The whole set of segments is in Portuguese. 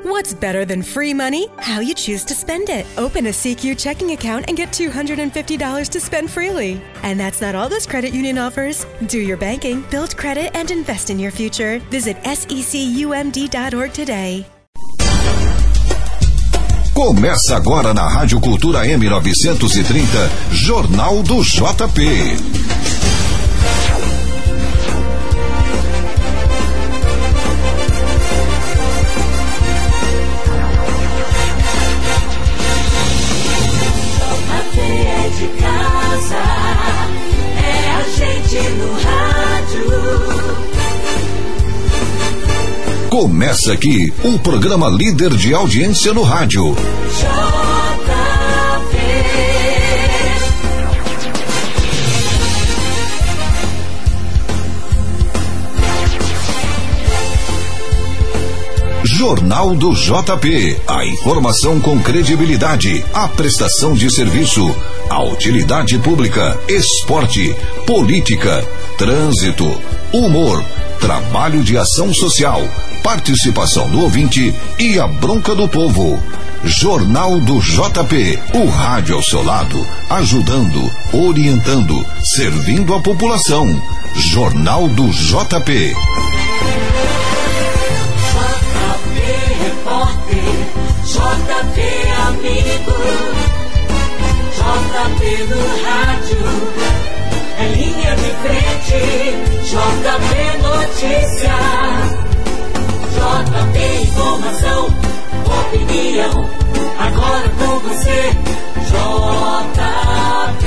What's better than free money? How you choose to spend it. Open a CQ checking account and get $250 to spend freely. And that's not all this credit union offers. Do your banking, build credit, and invest in your future. Visit secumd.org today. Começa agora na Rádio Cultura M930, Jornal do JP. De casa, é a gente no rádio. Começa aqui o programa líder de audiência no rádio. Jornal do JP. A informação com credibilidade, a prestação de serviço, a utilidade pública, esporte, política, trânsito, humor, trabalho de ação social, participação do ouvinte e a bronca do povo. Jornal do JP, o rádio ao seu lado, ajudando, orientando, servindo a população. Jornal do JP. JP amigo, JP no rádio, é linha de frente, JP notícia, JP informação, opinião, agora com você, JP.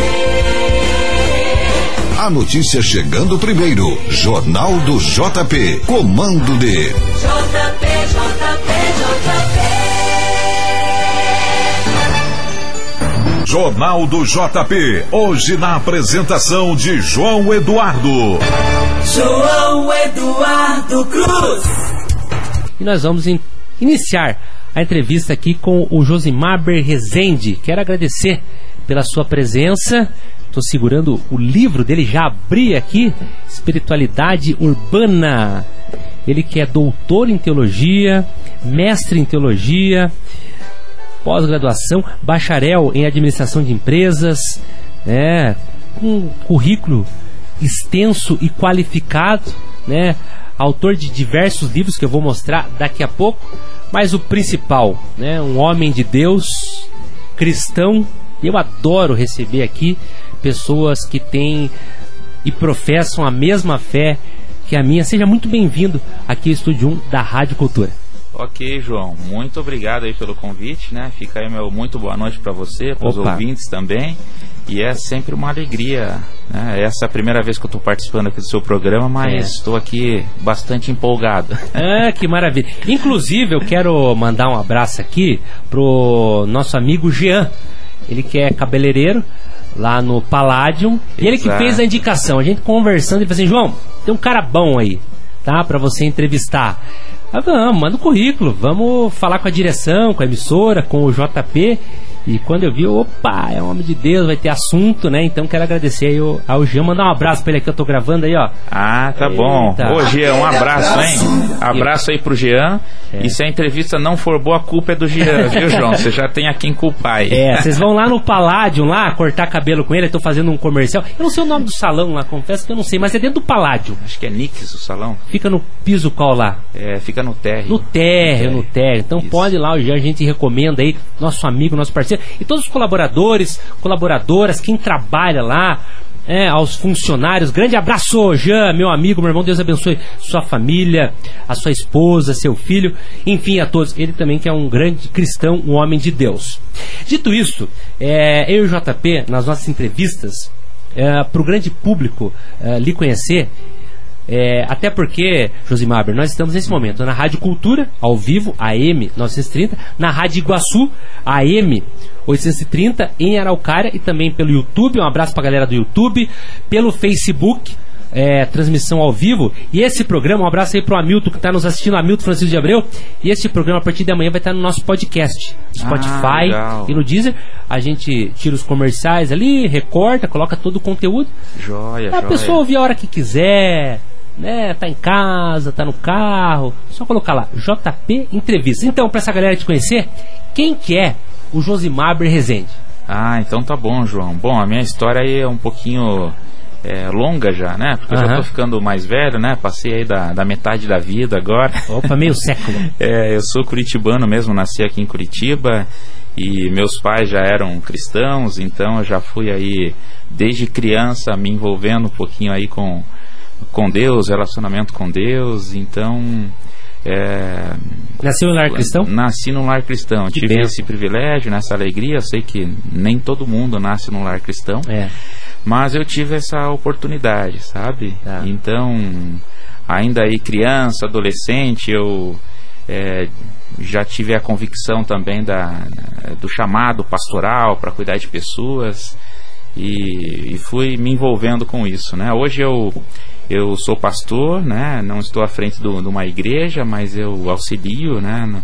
A notícia chegando primeiro, Jornal do JP, comando de JP. Jornal do JP, hoje na apresentação de João Eduardo Cruz. E nós vamos iniciar a entrevista aqui com o Josimaber Rezende. Quero agradecer pela sua presença. Estou segurando o livro dele, já abri aqui, Espiritualidade Urbana. Ele que é doutor em teologia, mestre em teologia, pós-graduação, bacharel em administração de empresas, um currículo extenso e qualificado, autor de diversos livros que eu vou mostrar daqui a pouco, mas o principal, um homem de Deus, cristão. Eu adoro receber aqui pessoas que têm e professam a mesma fé que a minha. Seja muito bem-vindo aqui ao Estúdio 1 da Rádio Cultura. Ok, João, muito obrigado aí pelo convite, Fica aí meu muito boa noite para você, para os ouvintes também. E é sempre uma alegria, Essa é a primeira vez que eu estou participando aqui do seu programa, mas estou aqui bastante empolgado. Ah, que maravilha. Inclusive, eu quero mandar um abraço aqui pro nosso amigo Jean. Ele que é cabeleireiro lá no Palladium. E ele que fez a indicação. A gente conversando, ele falou assim: João, tem um cara bom aí, tá? Pra você entrevistar. Vamos, manda o currículo, vamos falar com a direção, com a emissora, com o JP. E quando eu vi, opa, é um homem de Deus, vai ter assunto, Então quero agradecer aí ao Jean, mandar um abraço pra ele aqui, eu tô gravando aí, ó. Ah, tá bom. Ô, Jean, um abraço, hein? Abraço aí pro Jean. E se a entrevista não for boa, a culpa é do Jean, viu, João? Você já tem a quem culpar aí. Vocês vão lá no Palladium, lá, cortar cabelo com ele, eu tô fazendo um comercial. Eu não sei o nome do salão lá, confesso que eu não sei, mas é dentro do Palladium. Acho que é Nix o salão. Fica no piso qual lá? Fica no térreo. No térreo. Então isso. Pode ir lá, o Jean, a gente recomenda aí, nosso amigo, nosso parceiro. E todos os colaboradores, colaboradoras, quem trabalha lá, aos funcionários. Grande abraço, Jean, meu amigo, meu irmão. Deus abençoe sua família, a sua esposa, seu filho, enfim, a todos. Ele também que é um grande cristão, um homem de Deus. Dito isso, eu e o JP, nas nossas entrevistas, para o grande público lhe conhecer, até porque, Josimaber, nós estamos nesse momento na Rádio Cultura, ao vivo, AM 930, na Rádio Iguaçu, AM 830, em Araucária, e também pelo YouTube. Um abraço pra galera do YouTube, pelo Facebook, transmissão ao vivo. E esse programa, um abraço aí pro Hamilton que está nos assistindo, Hamilton Francisco de Abreu. E esse programa a partir de amanhã vai estar no nosso podcast, Spotify e no Deezer. A gente tira os comerciais ali, recorta, coloca todo o conteúdo. Joia, a pessoa ouvir a hora que quiser, né, tá em casa, tá no carro, só colocar lá, JP Entrevista. Então, pra essa galera te conhecer, quem que é o Josimaber Rezende? Ah, então tá bom, João. Bom, a minha história aí é um pouquinho longa já, né? Porque eu já tô ficando mais velho, né? Passei aí da metade da vida agora. Opa, meio século. Eu sou curitibano mesmo, nasci aqui em Curitiba e meus pais já eram cristãos, então eu já fui aí desde criança me envolvendo um pouquinho aí com Deus, relacionamento com Deus, então... Nasceu em lar cristão? Nasci num lar cristão. Tive esse privilégio, essa alegria. Eu sei que nem todo mundo nasce num lar cristão, mas eu tive essa oportunidade, sabe? Então, ainda aí criança, adolescente, eu já tive a convicção também do chamado pastoral para cuidar de pessoas e fui me envolvendo com isso, né? Hoje eu sou pastor, né? Não estou à frente de uma igreja, mas eu auxilio, né?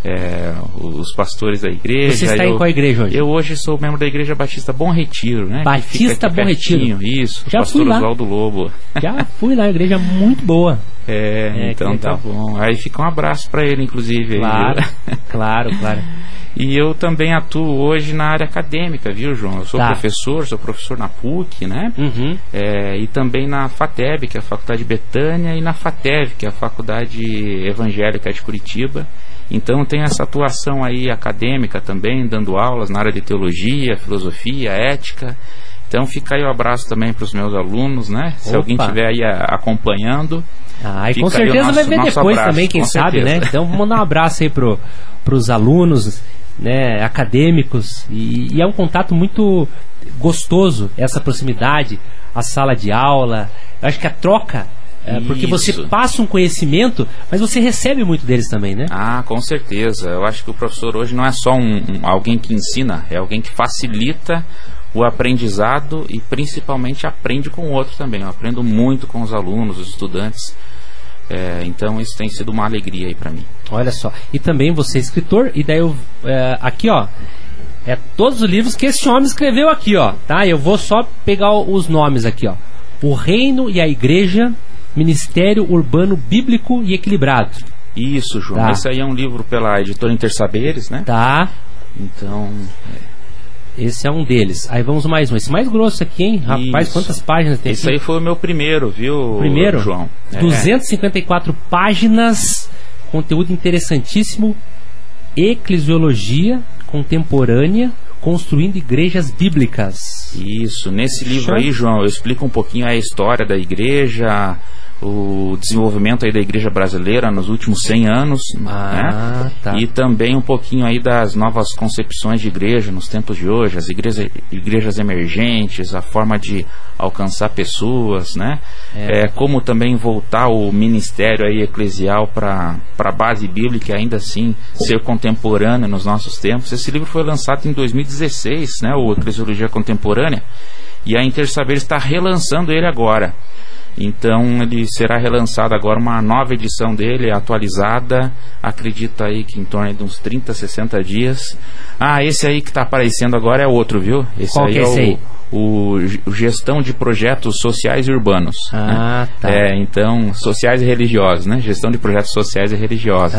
Os pastores da igreja. Você está em qual igreja hoje? Eu hoje sou membro da Igreja Batista Bom Retiro, né? Batista Bom Retiro. Isso, já pastor Oswaldo Lobo. Já fui lá, igreja muito boa. Então tá bom. Aí fica um abraço para ele, inclusive. Claro, aí, claro. E eu também atuo hoje na área acadêmica, viu, João? Eu sou professor na PUC, né? E também na FATEB, que é a Faculdade Betânia, e na FATEV, que é a Faculdade Evangélica de Curitiba. Então tem essa atuação aí acadêmica também, dando aulas na área de teologia, filosofia, ética. Então fica aí o abraço também para os meus alunos, né? Se alguém estiver aí acompanhando. E com certeza vai ver depois abraço, também, quem sabe, certeza, né? Então vamos mandar um abraço aí pros alunos, né, acadêmicos. E é um contato muito gostoso, essa proximidade, a sala de aula. Eu acho que a troca... porque você passa um conhecimento, mas você recebe muito deles também, né? Com certeza. Eu acho que o professor hoje não é só alguém que ensina, é alguém que facilita o aprendizado e principalmente aprende com o outro também. Eu aprendo muito com os alunos, os estudantes. Então isso tem sido uma alegria aí pra mim. Olha só. E também você é escritor, e daí eu... aqui, ó, todos os livros que esse homem escreveu aqui, ó, tá? Eu vou só pegar os nomes aqui, ó. O Reino e a Igreja... Ministério Urbano Bíblico e Equilibrado. Isso, João. Esse aí é um livro pela editora Intersaberes, né? Então... Esse é um deles. Aí vamos mais um. Esse mais grosso aqui, hein? Rapaz, quantas páginas tem aqui? Esse aí foi o meu primeiro, viu, João? 254 páginas, conteúdo interessantíssimo. Eclesiologia contemporânea, construindo igrejas bíblicas. Isso, nesse livro aí, João, eu explico um pouquinho a história da igreja, o desenvolvimento aí da igreja brasileira nos últimos 100 anos, né? E também um pouquinho aí das novas concepções de igreja nos tempos de hoje, as igrejas emergentes, a forma de alcançar pessoas, né? Como também voltar o ministério aí eclesial para a base bíblica e ainda assim ser contemporâneo nos nossos tempos. Esse livro foi lançado em 2016, né? O Eclesiologia Contemporânea, e a Intersaber está relançando ele agora. Então ele será relançado agora, uma nova edição dele, atualizada, acredito aí que em torno de uns 30, 60 dias. Esse aí que está aparecendo agora é outro, viu? Qual que é esse aí? O Gestão de Projetos Sociais e Urbanos. Então, sociais e religiosos, né? Gestão de Projetos Sociais e Religiosos.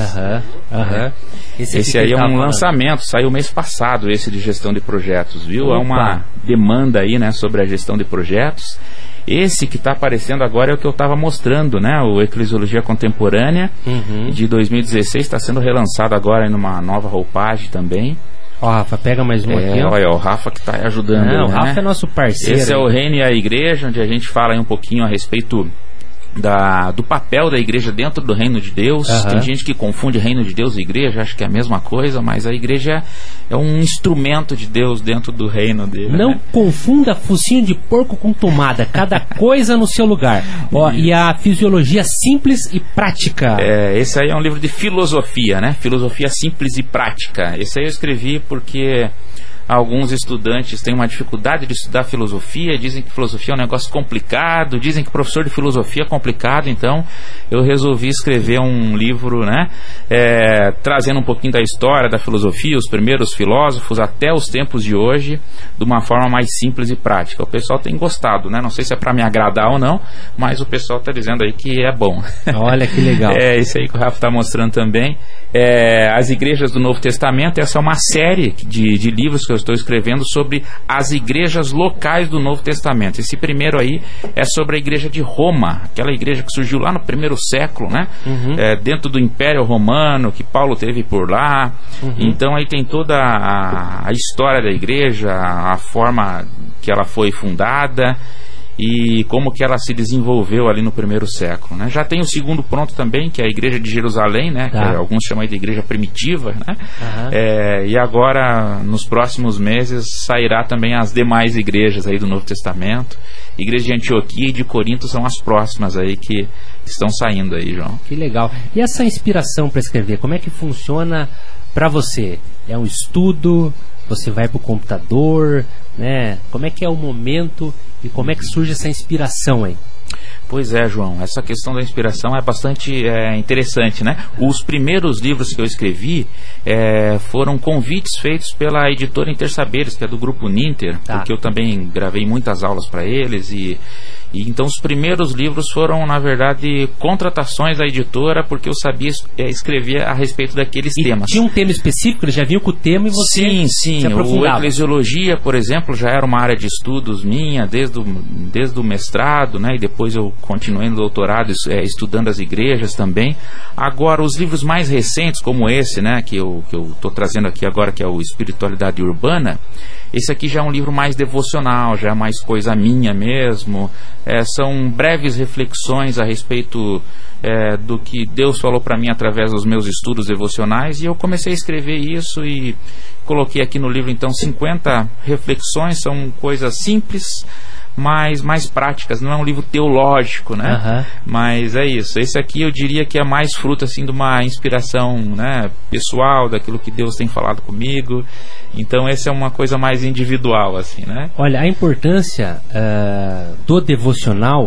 Esse aí é um lançamento, saiu mês passado, esse de Gestão de Projetos, viu? É uma demanda aí, né, sobre a gestão de projetos. Esse que está aparecendo agora é o que eu estava mostrando, né? O Eclesiologia Contemporânea, de 2016, está sendo relançado agora em uma nova roupagem também. Ó, Rafa, pega mais um aqui, ó. Olha, o Rafa que está ajudando. O Rafa é nosso parceiro. Esse é o Reino e a Igreja, onde a gente fala aí um pouquinho a respeito do papel da igreja dentro do reino de Deus. Tem gente que confunde reino de Deus e igreja, acha que é a mesma coisa, mas a igreja é um instrumento de Deus dentro do reino dele. Não confunda focinho de porco com tomada, cada coisa no seu lugar. E a fisiologia simples e prática. Esse aí é um livro de filosofia, né? Filosofia simples e prática. Esse aí eu escrevi porque alguns estudantes têm uma dificuldade de estudar filosofia, dizem que filosofia é um negócio complicado, dizem que professor de filosofia é complicado, então eu resolvi escrever um livro, né, trazendo um pouquinho da história da filosofia, os primeiros filósofos até os tempos de hoje, de uma forma mais simples e prática. O pessoal tem gostado, né? Não sei se é para me agradar ou não, mas o pessoal está dizendo aí que é bom. Olha que legal. É isso aí que o Rafa está mostrando também. As igrejas do Novo Testamento, essa é uma série de livros que eu estou escrevendo sobre as igrejas locais do Novo Testamento. Esse primeiro aí é sobre a igreja de Roma, aquela igreja que surgiu lá no primeiro século, né? Dentro do Império Romano, que Paulo teve por lá. Então aí tem toda a história da igreja, a forma que ela foi fundada e como que ela se desenvolveu ali no primeiro século, né? Já tem o segundo pronto também, que é a igreja de Jerusalém, né? Que alguns chamam de igreja primitiva, né? E agora, nos próximos meses, sairá também as demais igrejas aí do Novo Testamento. Igreja de Antioquia e de Corinto são as próximas aí que estão saindo aí, João. Que legal. E essa inspiração para escrever, como é que funciona para você? É um estudo? Você vai para o computador, né? Como é que é o momento e como é que surge essa inspiração aí? Pois é, João, essa questão da inspiração é bastante interessante, né? Os primeiros livros que eu escrevi foram convites feitos pela editora Intersaberes, que é do grupo Ninter, porque eu também gravei muitas aulas para eles e então os primeiros livros foram, na verdade, contratações da editora, porque eu sabia escrever a respeito daqueles temas. Tinha um tema específico? Eles já vinham com o tema e você se aprofundava. O Eclesiologia, por exemplo, já era uma área de estudos minha desde o mestrado, né? E depois eu continuei no doutorado estudando as igrejas também. Agora, os livros mais recentes, como esse, né, que eu estou trazendo aqui agora, que é o Espiritualidade Urbana, esse aqui já é um livro mais devocional, já é mais coisa minha mesmo. São breves reflexões a respeito do que Deus falou para mim através dos meus estudos devocionais, e eu comecei a escrever isso e coloquei aqui no livro então 50 reflexões. São coisas simples, mas mais práticas. Não é um livro teológico, né? Mas é isso. Esse aqui eu diria que é mais fruto assim de uma inspiração, né, pessoal, daquilo que Deus tem falado comigo. Então essa é uma coisa mais individual, assim, né? Olha, a importância do devocional,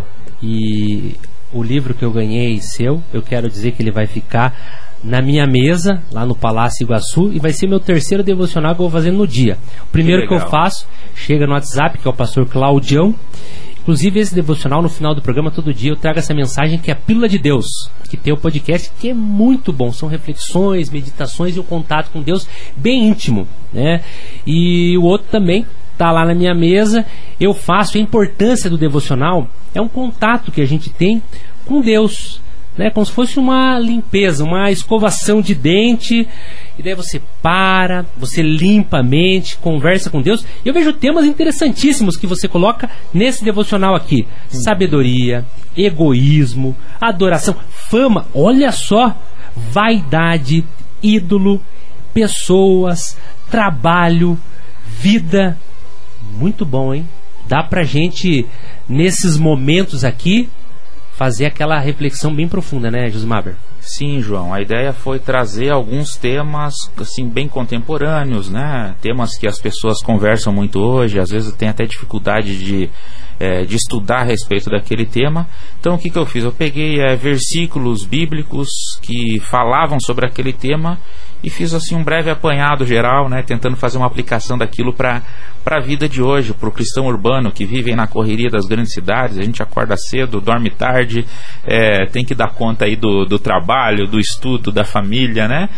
e o livro que eu ganhei seu, eu quero dizer que ele vai ficar na minha mesa, lá no Palácio Iguaçu, e vai ser meu terceiro devocional que eu vou fazer no dia. O primeiro que eu faço, chega no WhatsApp, que é o pastor Claudião. Inclusive esse devocional, no final do programa, todo dia eu trago essa mensagem que é a Pílula de Deus, que tem o podcast, que é muito bom. São reflexões, meditações e o contato com Deus bem íntimo, né? E o outro também tá lá na minha mesa, eu faço. A importância do devocional é um contato que a gente tem com Deus, né? Como se fosse uma limpeza, uma escovação de dente, e daí você para, você limpa a mente, conversa com Deus. E eu vejo temas interessantíssimos que você coloca nesse devocional aqui: sabedoria, egoísmo, adoração, fama, olha só, vaidade, ídolo, pessoas, trabalho, vida. Muito bom, hein? Dá pra gente, nesses momentos aqui, fazer aquela reflexão bem profunda, né, Josimar? Sim, João, a ideia foi trazer alguns temas assim bem contemporâneos, né? Temas que as pessoas conversam muito hoje, às vezes tem até dificuldade de estudar a respeito daquele tema. Então o que eu fiz? Eu peguei versículos bíblicos que falavam sobre aquele tema e fiz assim um breve apanhado geral, né, tentando fazer uma aplicação daquilo para a vida de hoje, para o cristão urbano que vive na correria das grandes cidades. A gente acorda cedo, dorme tarde, tem que dar conta aí do trabalho, do estudo, da família, né?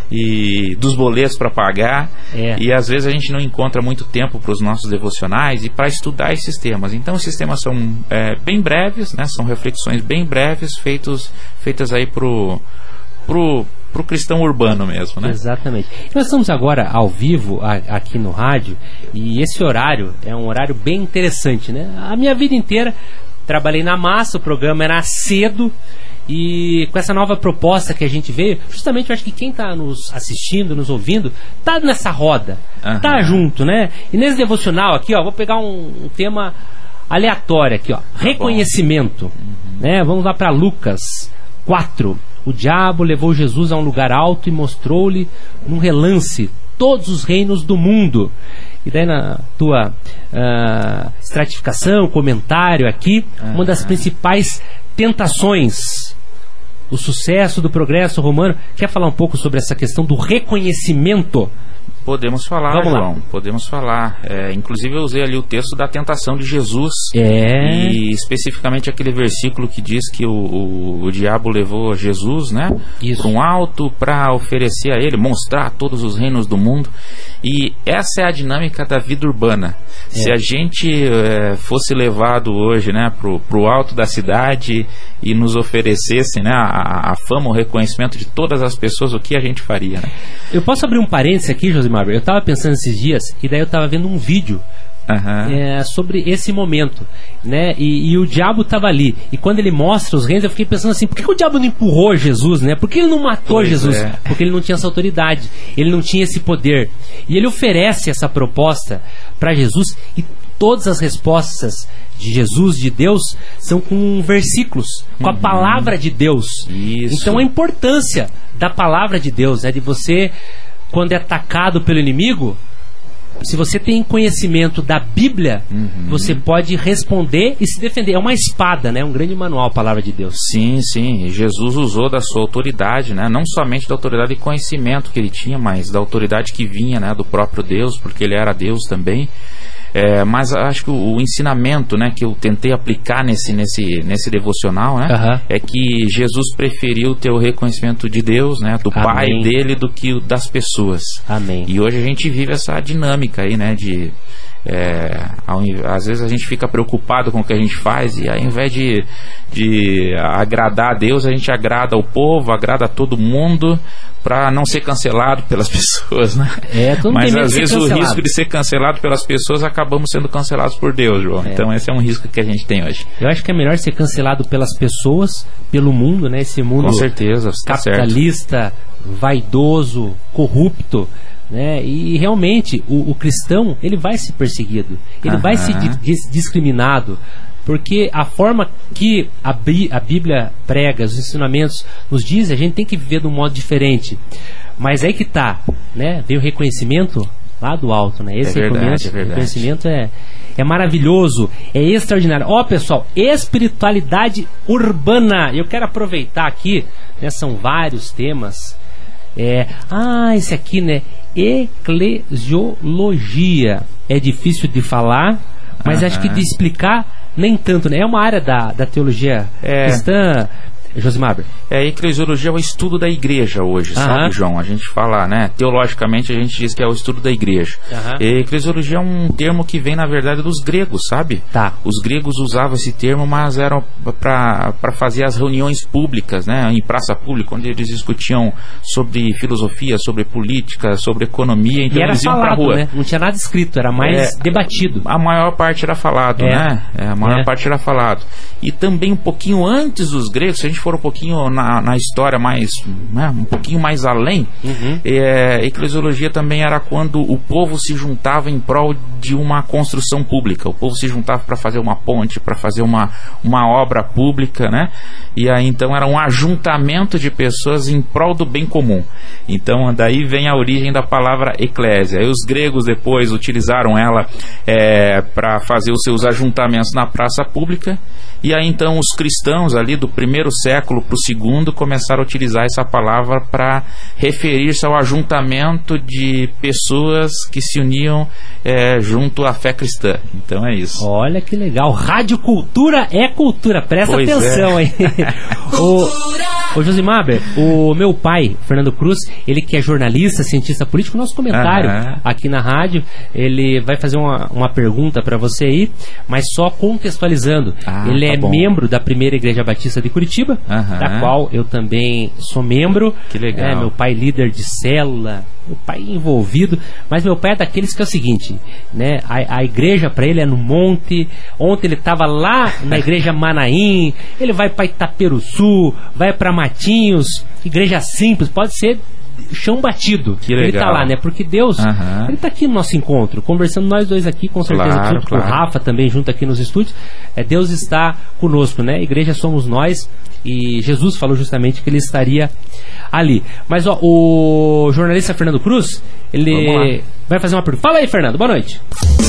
E dos boletos para pagar. E às vezes a gente não encontra muito tempo para os nossos devocionais e para estudar esses temas. Então esses temas são bem breves, né? São reflexões bem breves feitas aí pro cristão urbano mesmo, né? Exatamente. Nós estamos agora ao vivo aqui no rádio, e esse horário é um horário bem interessante, né? A minha vida inteira trabalhei na massa, o programa era cedo, e com essa nova proposta que a gente veio, justamente eu acho que quem está nos assistindo, nos ouvindo, tá nessa roda, tá junto, né? E nesse devocional aqui, ó, vou pegar um tema aleatório aqui, ó, reconhecimento, né? Vamos lá para Lucas 4. O diabo levou Jesus a um lugar alto e mostrou-lhe num relance todos os reinos do mundo. E daí na tua estratificação, comentário aqui, uma das principais tentações, o sucesso do progresso romano. Quer falar um pouco sobre essa questão do reconhecimento? Podemos falar, Vamos lá. João, podemos falar. Inclusive eu usei ali o texto da tentação de Jesus. E especificamente aquele versículo que diz que o diabo levou Jesus, né, para um alto para oferecer a ele, mostrar todos os reinos do mundo. E essa é a dinâmica da vida urbana. Se a gente fosse levado hoje, né, pro alto da cidade e nos oferecesse, né, a fama, o reconhecimento de todas as pessoas, o que a gente faria, né? Eu posso abrir um parênteses aqui, Josimar? Eu estava pensando esses dias, e daí eu estava vendo um vídeo sobre esse momento, né? E o diabo estava ali, e quando ele mostra os reinos, eu fiquei pensando assim, por que o diabo não empurrou Jesus, né? Por que ele não matou Jesus? Porque ele não tinha essa autoridade, ele não tinha esse poder, e ele oferece essa proposta para Jesus, e todas as respostas de Jesus, de Deus, são com versículos, com a palavra de Deus. Isso. Então a importância da palavra de Deus, de você, quando é atacado pelo inimigo, se você tem conhecimento da Bíblia, você pode responder e se defender. É uma espada, né? Um grande manual, a palavra de Deus. Sim, sim. Jesus usou da sua autoridade, né? Não somente da autoridade e conhecimento que ele tinha, mas da autoridade que vinha, né, do próprio Deus, porque ele era Deus também. Mas acho que o ensinamento, né, que eu tentei aplicar nesse devocional, né, é que Jesus preferiu ter o reconhecimento de Deus, né, do Pai dele, do que o das pessoas. Amém. E hoje a gente vive essa dinâmica aí, né, de às vezes a gente fica preocupado com o que a gente faz, e ao invés de agradar a Deus, a gente agrada o povo, agrada a todo mundo, para não ser cancelado pelas pessoas, né? Mas às vezes o risco de ser cancelado pelas pessoas, acabamos sendo cancelados por Deus, João. Então esse é um risco que a gente tem hoje. Eu acho que é melhor ser cancelado pelas pessoas, pelo mundo, né? Esse mundo, com certeza, capitalista, vaidoso, corrupto, né? E realmente o cristão, ele vai ser perseguido, ele vai ser discriminado, porque a forma que a Bíblia prega, os ensinamentos nos diz, a gente tem que viver de um modo diferente. Mas aí que tá, né? Vem o reconhecimento lá do alto, né? Esse reconhecimento é maravilhoso, é extraordinário. Pessoal, espiritualidade urbana. Eu quero aproveitar aqui, né? São vários temas. Esse aqui, né? Eclesiologia. É difícil de falar, mas acho que de explicar nem tanto, né? É uma área da teologia cristã, Josimar. A eclesiologia é o estudo da igreja hoje, sabe, João? A gente fala, né? Teologicamente a gente diz que é o estudo da igreja. E eclesiologia é um termo que vem, na verdade, dos gregos, sabe? Os gregos usavam esse termo, mas era para fazer as reuniões públicas, né? Em praça pública, onde eles discutiam sobre filosofia, sobre política, sobre economia. Então eles iam pra rua, né? Não tinha nada escrito, era mais debatido. A maior parte era falado, né? A maior parte era falado. E também um pouquinho antes dos gregos, se a gente for um pouquinho na história mais, né, um pouquinho mais além, eclesiologia também era quando o povo se juntava em prol de uma construção pública. O povo se juntava para fazer uma ponte, para fazer uma obra pública, né? E aí então era um ajuntamento de pessoas em prol do bem comum. Então daí vem a origem da palavra eclésia. E os gregos depois utilizaram ela para fazer os seus ajuntamentos na praça pública. E aí então os cristãos ali do primeiro século para o segundo começaram a utilizar essa palavra para referir-se ao ajuntamento de pessoas que se uniam junto à fé cristã. Então é isso. Olha que legal. Rádio Cultura é cultura. Presta atenção aí. Ô Josimar, o meu pai, Fernando Cruz, ele que é jornalista, cientista político, nosso comentário aqui na rádio, ele vai fazer uma pergunta para você aí, mas só contextualizando. Ele é membro da Primeira Igreja Batista de Curitiba, da qual eu também sou membro. Que legal. Meu pai líder de célula, meu pai envolvido, mas meu pai é daqueles que é o seguinte, né? A igreja para ele é no monte. Ontem ele estava lá na igreja Manaim, ele vai para Itaperuçu, vai para Matinhos, igreja simples, pode ser chão batido. Que legal. Ele tá lá, né? Porque Deus, ele tá aqui no nosso encontro, conversando nós dois aqui, com certeza, junto com o Rafa também, junto aqui nos estúdios. Deus está conosco, né? A igreja somos nós, e Jesus falou justamente que ele estaria ali. Mas, ó, o jornalista Fernando Cruz, ele vai fazer uma pergunta. Fala aí, Fernando, boa noite.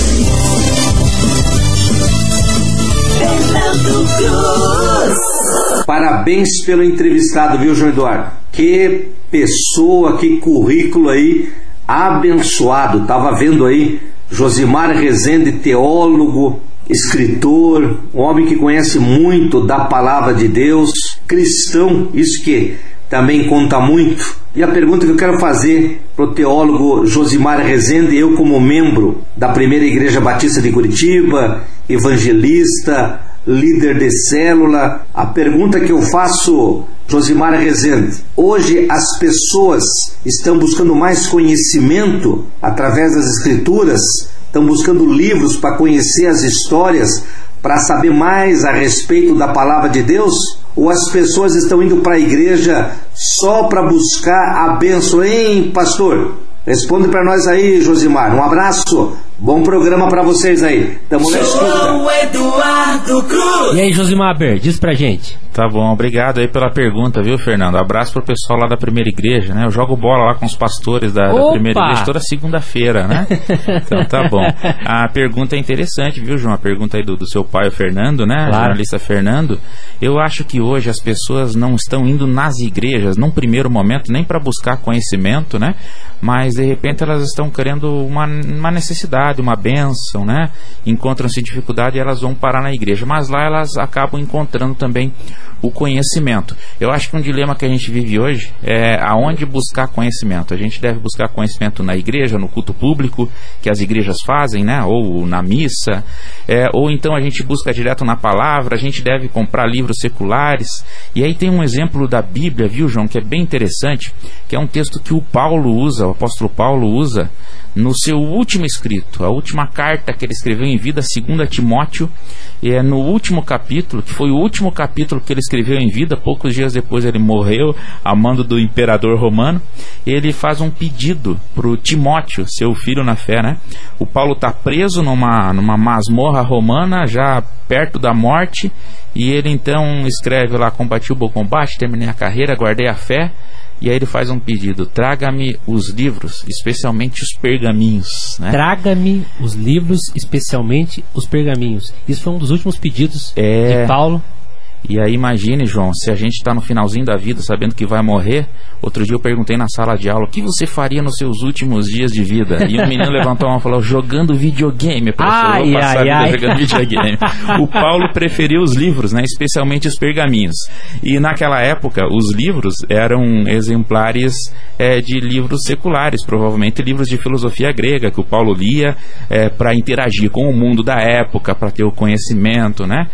Fernando Cruz. Parabéns pelo entrevistado, viu, João Eduardo? Que pessoa, que currículo aí abençoado. Tava vendo aí Josimar Rezende, teólogo, escritor, um homem que conhece muito da palavra de Deus, cristão, isso que também conta muito. E a pergunta que eu quero fazer para o teólogo Josimar Rezende, eu como membro da Primeira Igreja Batista de Curitiba, evangelista, líder de célula, a pergunta que eu faço, Josimar Rezende: hoje as pessoas estão buscando mais conhecimento através das escrituras, estão buscando livros para conhecer as histórias, para saber mais a respeito da palavra de Deus? Ou as pessoas estão indo para a igreja só para buscar a bênção? Hein, pastor? Responde para nós aí, Josimar. Um abraço. Bom programa para vocês aí. Tamo na escuta. João Eduardo Cruz. E aí, Josimar Aber, diz pra gente. Tá bom, obrigado aí pela pergunta, viu, Fernando? Abraço pro pessoal lá da Primeira Igreja, né? Eu jogo bola lá com os pastores da Primeira Igreja toda segunda-feira, né? Então tá bom. A pergunta é interessante, viu, João? A pergunta aí do seu pai, o Fernando, né? Claro. Jornalista Fernando. Eu acho que hoje as pessoas não estão indo nas igrejas, num primeiro momento, nem para buscar conhecimento, né? Mas de repente elas estão querendo uma necessidade, uma bênção, né? Encontram-se em dificuldade e elas vão parar na igreja. Mas lá elas acabam encontrando também o conhecimento. Eu acho que um dilema que a gente vive hoje é aonde buscar conhecimento. A gente deve buscar conhecimento na igreja, no culto público, que as igrejas fazem, né? Ou na missa, ou então a gente busca direto na palavra. A gente deve comprar livros seculares. E aí tem um exemplo da Bíblia, viu, João, que é bem interessante, que é um texto que o apóstolo Paulo usa no seu último escrito, a última carta que ele escreveu em vida, 2 Timóteo, no último capítulo, que foi o último capítulo que ele escreveu em vida. Poucos dias depois ele morreu a mando do imperador romano. Ele faz um pedido para o Timóteo, seu filho na fé, né? O Paulo está preso numa masmorra romana, já perto da morte, e ele então escreve lá: combati o bom combate, terminei a carreira, guardei a fé. E aí ele faz um pedido: traga-me os livros, especialmente os pergaminhos, né? Traga-me os livros, especialmente os pergaminhos. Isso foi um dos últimos pedidos de Paulo. E aí imagine, João, se a gente está no finalzinho da vida, sabendo que vai morrer. Outro dia eu perguntei na sala de aula: o que você faria nos seus últimos dias de vida? E um menino levantou a mão e falou: jogando videogame, professor. Eu vou passar a vida jogando videogame. O Paulo preferiu os livros, né? Especialmente os pergaminhos. E naquela época os livros eram exemplares de livros seculares, provavelmente livros de filosofia grega, que o Paulo lia para interagir com o mundo da época, para ter o conhecimento, né?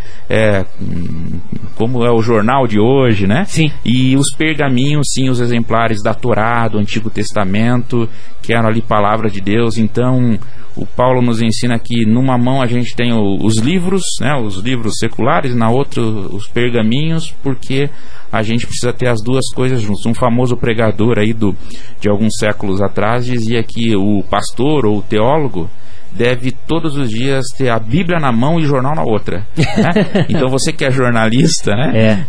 Como é o jornal de hoje, né? Sim. E os pergaminhos, sim, os exemplares da Torá, do Antigo Testamento, que eram ali palavra de Deus. Então o Paulo nos ensina que numa mão a gente tem os livros, né? Os livros seculares, na outra os pergaminhos, porque a gente precisa ter as duas coisas juntos. Um famoso pregador aí de alguns séculos atrás dizia que o pastor ou o teólogo deve todos os dias ter a Bíblia na mão e o jornal na outra, né? Então você que é jornalista, né?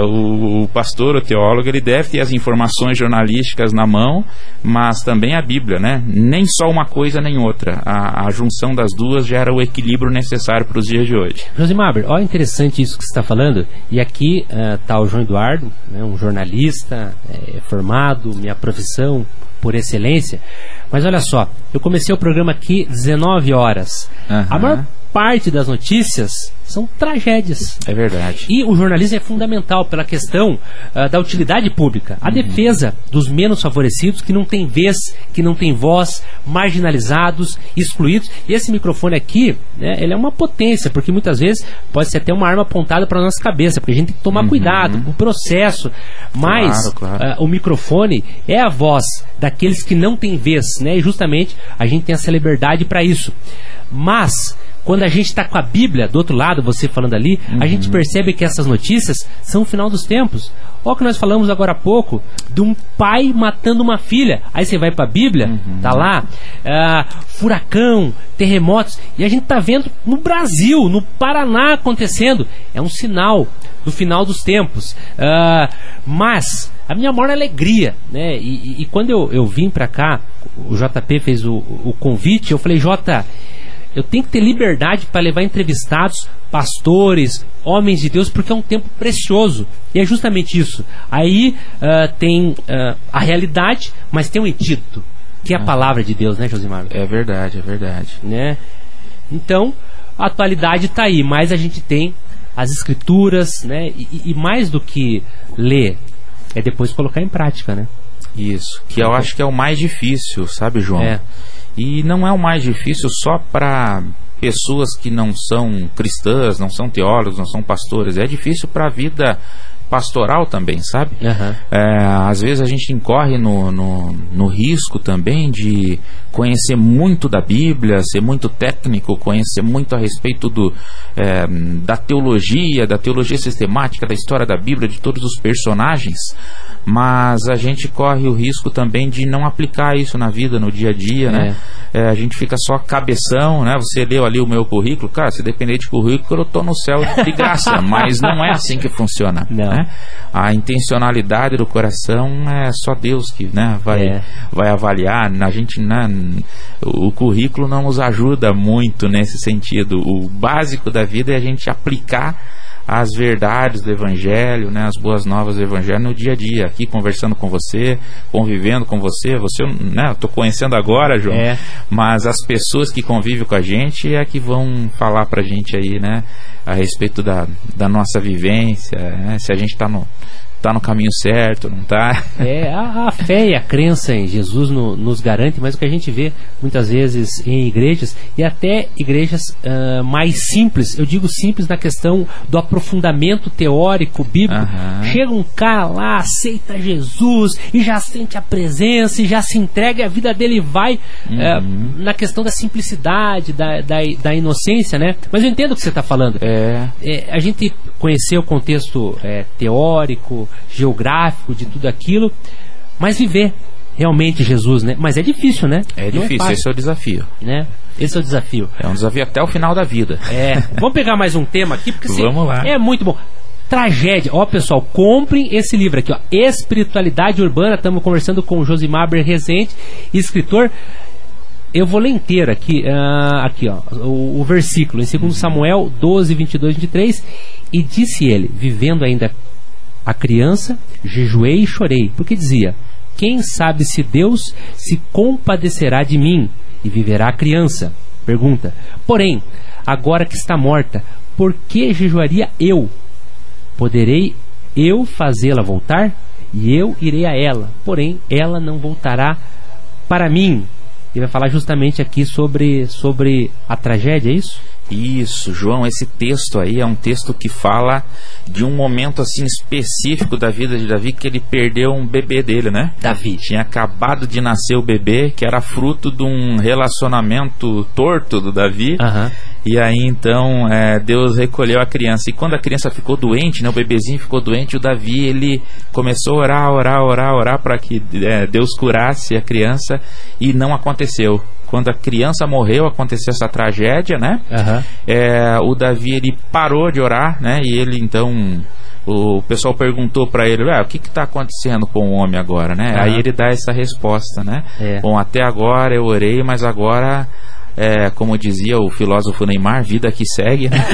O pastor, o teólogo, ele deve ter as informações jornalísticas na mão, mas também a Bíblia, né? Nem só uma coisa nem outra. A junção das duas gera o equilíbrio necessário para os dias de hoje. Josimar, olha, interessante isso que você está falando. E aqui está o João Eduardo, né? Um jornalista formado, minha profissão por excelência. Mas olha só, eu comecei o programa aqui 19 horas. A maior parte das notícias são tragédias. É verdade. E o jornalismo é fundamental pela questão da utilidade pública. A defesa dos menos favorecidos, que não tem vez, que não tem voz, marginalizados, excluídos. E esse microfone aqui, né, ele é uma potência, porque muitas vezes pode ser até uma arma apontada para a nossa cabeça, porque a gente tem que tomar cuidado com o processo. Mas claro. O microfone é a voz daqueles que não têm vez, né? E justamente a gente tem essa liberdade para isso. Mas quando a gente está com a Bíblia do outro lado, você falando ali, a gente percebe que essas notícias são o final dos tempos. Olha o que nós falamos agora há pouco, de um pai matando uma filha. Aí você vai para a Bíblia, tá lá, furacão, terremotos, e a gente tá vendo no Brasil, no Paraná acontecendo. É um sinal do final dos tempos. Mas a minha maior alegria, né? E quando eu vim para cá, o JP fez o convite, eu falei, Jota, eu tenho que ter liberdade para levar entrevistados, pastores, homens de Deus, porque é um tempo precioso. E é justamente isso. Aí tem a realidade, mas tem um edito, que é a palavra de Deus, né, Josimar? É verdade, é verdade. Né? Então, a atualidade está aí, mas a gente tem as escrituras, né? E mais do que ler, é depois colocar em prática, né? Isso, que eu acho que é o mais difícil, sabe, João? E não é o mais difícil só para pessoas que não são cristãs, não são teólogos, não são pastores. É difícil para a vida pastoral também, sabe? Às vezes a gente incorre no risco também de conhecer muito da Bíblia, ser muito técnico, conhecer muito a respeito da teologia sistemática, da história da Bíblia, de todos os personagens, mas a gente corre o risco também de não aplicar isso na vida, no dia a dia, né? A gente fica só cabeção, né? Você leu ali o meu currículo, cara, se depender de currículo, eu tô no céu de graça, mas não é assim que funciona, né? A intencionalidade do coração é só Deus que, né, vai avaliar. A gente, né, o currículo não nos ajuda muito nesse sentido. O básico da vida é a gente aplicar as verdades do Evangelho, né, as boas novas do Evangelho no dia a dia, aqui conversando com você, convivendo com você, né, eu tô conhecendo agora, João, mas as pessoas que convivem com a gente é que vão falar pra gente aí, né, a respeito da nossa vivência, né, se a gente tá no caminho certo, não tá? A fé e a crença em Jesus nos garante, mas o que a gente vê muitas vezes em igrejas, e até igrejas mais simples, eu digo simples na questão do aprofundamento teórico, bíblico, chega um cara lá, aceita Jesus, e já sente a presença, e já se entrega, e a vida dele vai na questão da simplicidade, da inocência, né? Mas eu entendo o que você está falando. A gente conhecer o contexto teórico, geográfico de tudo aquilo, mas viver realmente Jesus, né? Mas é difícil, né? É difícil, esse é o desafio, né? Esse é o desafio. É um desafio até o final da vida. Vamos pegar mais um tema aqui, porque vamos lá. É muito bom. Tragédia. Ó, pessoal, comprem esse livro aqui, ó, Espiritualidade Urbana. Estamos conversando com o Josimar Rezende, escritor. Eu vou ler inteiro aqui, ó, o versículo, em 2 Samuel 12, 22, 23. E disse ele, vivendo ainda a criança, jejuei e chorei, porque dizia, quem sabe se Deus se compadecerá de mim e viverá a criança? Pergunta, porém, agora que está morta, por que jejuaria eu? Poderei eu fazê-la voltar? E eu irei a ela, porém ela não voltará para mim. Ele vai falar justamente aqui sobre a tragédia, é isso? Isso, João, esse texto aí é um texto que fala de um momento assim específico da vida de Davi, que ele perdeu um bebê dele, né? Davi tinha acabado de nascer o bebê, que era fruto de um relacionamento torto do Davi. E aí então Deus recolheu a criança, e quando a criança ficou doente, né, o bebezinho ficou doente, o Davi, ele começou a orar para que Deus curasse a criança, e não aconteceu. Quando a criança morreu, aconteceu essa tragédia, né? O Davi, ele parou de orar, né? E ele então, o pessoal perguntou para ele, o que está acontecendo com o homem agora, né? Aí ele dá essa resposta, né? Bom, até agora eu orei, mas agora, como dizia o filósofo Neymar, vida que segue, né?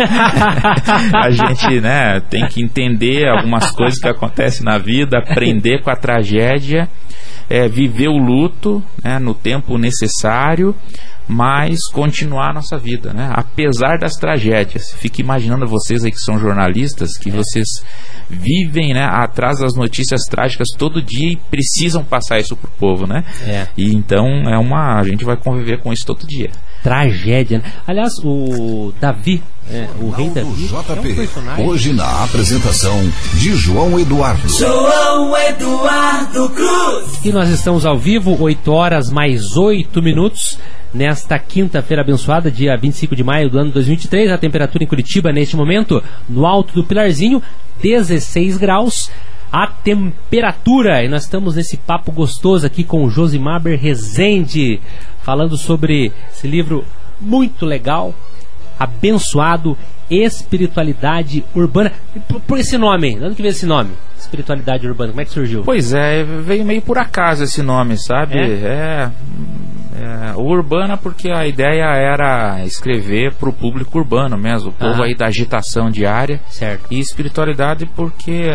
A gente, né, tem que entender algumas coisas que acontecem na vida, aprender com a tragédia, viver o luto, né, no tempo necessário, mas continuar a nossa vida, né, apesar das tragédias. Fique imaginando vocês aí que são jornalistas, que vocês vivem, né, atrás das notícias trágicas todo dia e precisam passar isso pro povo, né? E então a gente vai conviver com isso todo dia. Tragédia, né? Aliás, o Davi, o rei Davi, JP, é um personagem. Hoje na apresentação de João Eduardo Cruz. E nós estamos ao vivo, 8 horas mais 8 minutos. nesta quinta-feira abençoada, dia 25 de maio do ano 2023. A temperatura em Curitiba, neste momento, no Alto do Pilarzinho, 16 graus. A temperatura, e nós estamos nesse papo gostoso aqui com o Josimaber Rezende, falando sobre esse livro muito legal, abençoado, Espiritualidade Urbana. Por esse nome, de onde que veio esse nome? Espiritualidade Urbana, como é que surgiu? Pois é, veio meio por acaso esse nome, sabe? Urbana, porque a ideia era escrever para o público urbano mesmo, o povo aí da agitação diária. Certo. E espiritualidade porque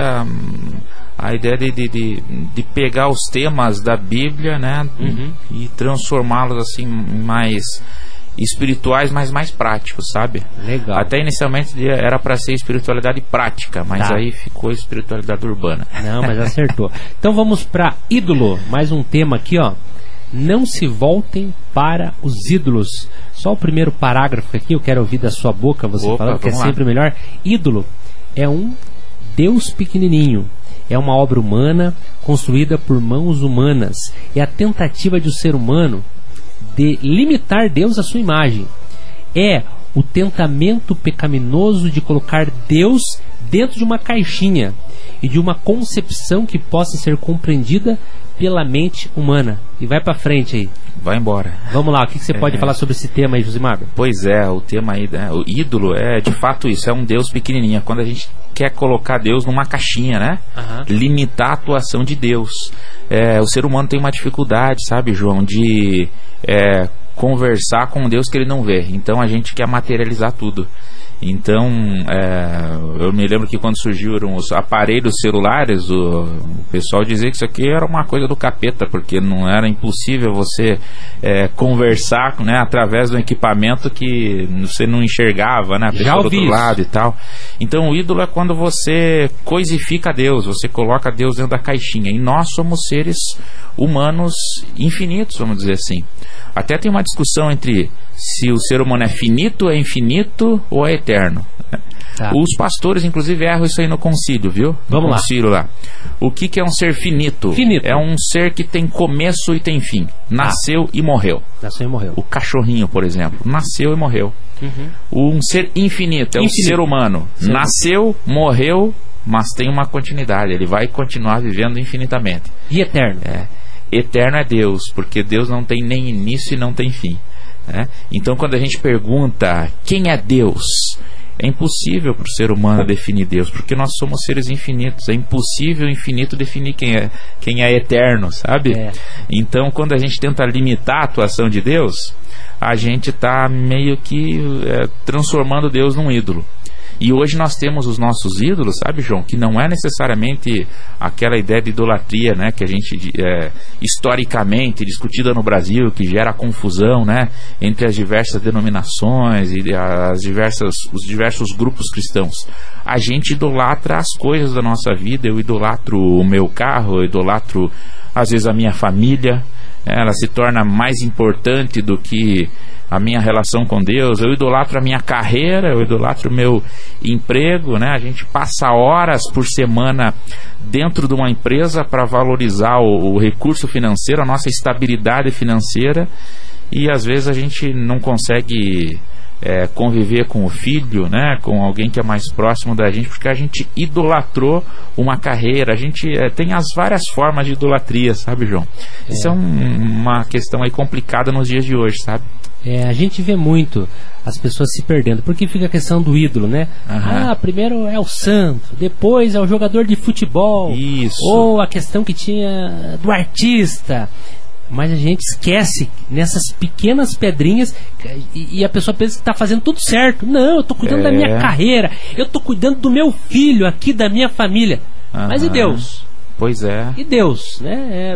a ideia de pegar os temas da Bíblia, né, e transformá-los assim mais espirituais, mas mais práticos, sabe? Legal. Até inicialmente era para ser espiritualidade prática, mas aí ficou espiritualidade urbana. Não, mas acertou. Então vamos para ídolo, mais um tema aqui, ó. Não se voltem para os ídolos. Só o primeiro parágrafo aqui, eu quero ouvir da sua boca, você falando que é sempre melhor. Ídolo é um Deus pequenininho. É uma obra humana, construída por mãos humanas. É a tentativa de o ser humano de limitar Deus à sua imagem. É o tentamento pecaminoso de colocar Deus dentro de uma caixinha e de uma concepção que possa ser compreendida pela mente humana. E vai pra frente aí. Vai embora. Vamos lá, o que você pode falar sobre esse tema aí, Josimaber? Pois é, o tema aí, né, o ídolo é de fato isso, é um Deus pequenininho. Quando a gente quer colocar Deus numa caixinha, né? Limitar a atuação de Deus. O ser humano tem uma dificuldade, sabe, João, de conversar com um Deus que ele não vê. Então a gente quer materializar tudo. Então, eu me lembro que quando surgiram os aparelhos celulares, o pessoal dizia que isso aqui era uma coisa do capeta, porque não era impossível você conversar, né, através de um equipamento que você não enxergava, né, a pessoa do outro lado e tal. Então o ídolo é quando você coisifica Deus, você coloca Deus dentro da caixinha, e nós somos seres humanos infinitos, vamos dizer assim. Até tem uma discussão entre se o ser humano é finito, é infinito ou é eterno. Os pastores, inclusive, erram isso aí no concílio, viu? Vamos concílio lá. O que é um ser finito? Finito. É um ser que tem começo e tem fim. Nasceu e morreu. Nasceu e morreu. O cachorrinho, por exemplo, nasceu e morreu. Um ser infinito é um ser humano. Nasceu, morreu, mas tem uma continuidade. Ele vai continuar vivendo infinitamente. E eterno? Eterno é Deus, porque Deus não tem nem início e não tem fim. Então quando a gente pergunta quem é Deus, é impossível para o ser humano definir Deus, porque nós somos seres infinitos. É impossível o infinito definir quem é eterno, sabe? Então quando a gente tenta limitar a atuação de Deus, a gente está meio que transformando Deus num ídolo. E hoje nós temos os nossos ídolos, sabe, João, que não é necessariamente aquela ideia de idolatria, né, que a gente historicamente discutida no Brasil, que gera confusão, né, entre as diversas denominações e os diversos grupos cristãos. A gente idolatra as coisas da nossa vida. Eu idolatro o meu carro, eu idolatro às vezes a minha família, ela se torna mais importante do que a minha relação com Deus. Eu idolatro a minha carreira, eu idolatro o meu emprego, né? A gente passa horas por semana dentro de uma empresa para valorizar o recurso financeiro, a nossa estabilidade financeira, e às vezes a gente não consegue conviver com o filho, né, com alguém que é mais próximo da gente, porque a gente idolatrou uma carreira. A gente tem as várias formas de idolatria, sabe, João? Isso é uma questão aí complicada nos dias de hoje, sabe? A gente vê muito as pessoas se perdendo, porque fica a questão do ídolo, né? Primeiro é o santo, depois é o jogador de futebol, ou a questão que tinha do artista. Mas a gente esquece nessas pequenas pedrinhas e a pessoa pensa que está fazendo tudo certo. Não, eu estou cuidando da minha carreira, eu estou cuidando do meu filho aqui, da minha família. Mas e Deus? Pois é. E Deus, né? É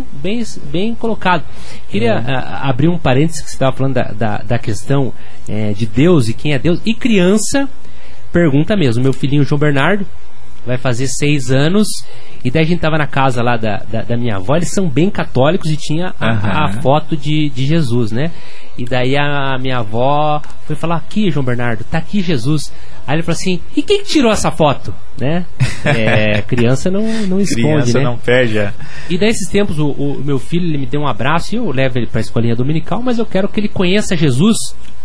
bem colocado. Queria abrir um parênteses, que você estava falando da questão de Deus e quem é Deus. E criança pergunta mesmo. Meu filhinho João Bernardo vai fazer 6 anos, e daí a gente tava na casa lá da minha avó. Eles são bem católicos e tinha a foto de Jesus, né? E daí a minha avó foi falar: aqui, João Bernardo, tá aqui Jesus. Aí ele falou assim: e quem tirou essa foto? Né? Criança não esconde, criança, né? Não perde. E daí esses tempos o meu filho, ele me deu um abraço e eu levo ele pra escolinha dominical, mas eu quero que ele conheça Jesus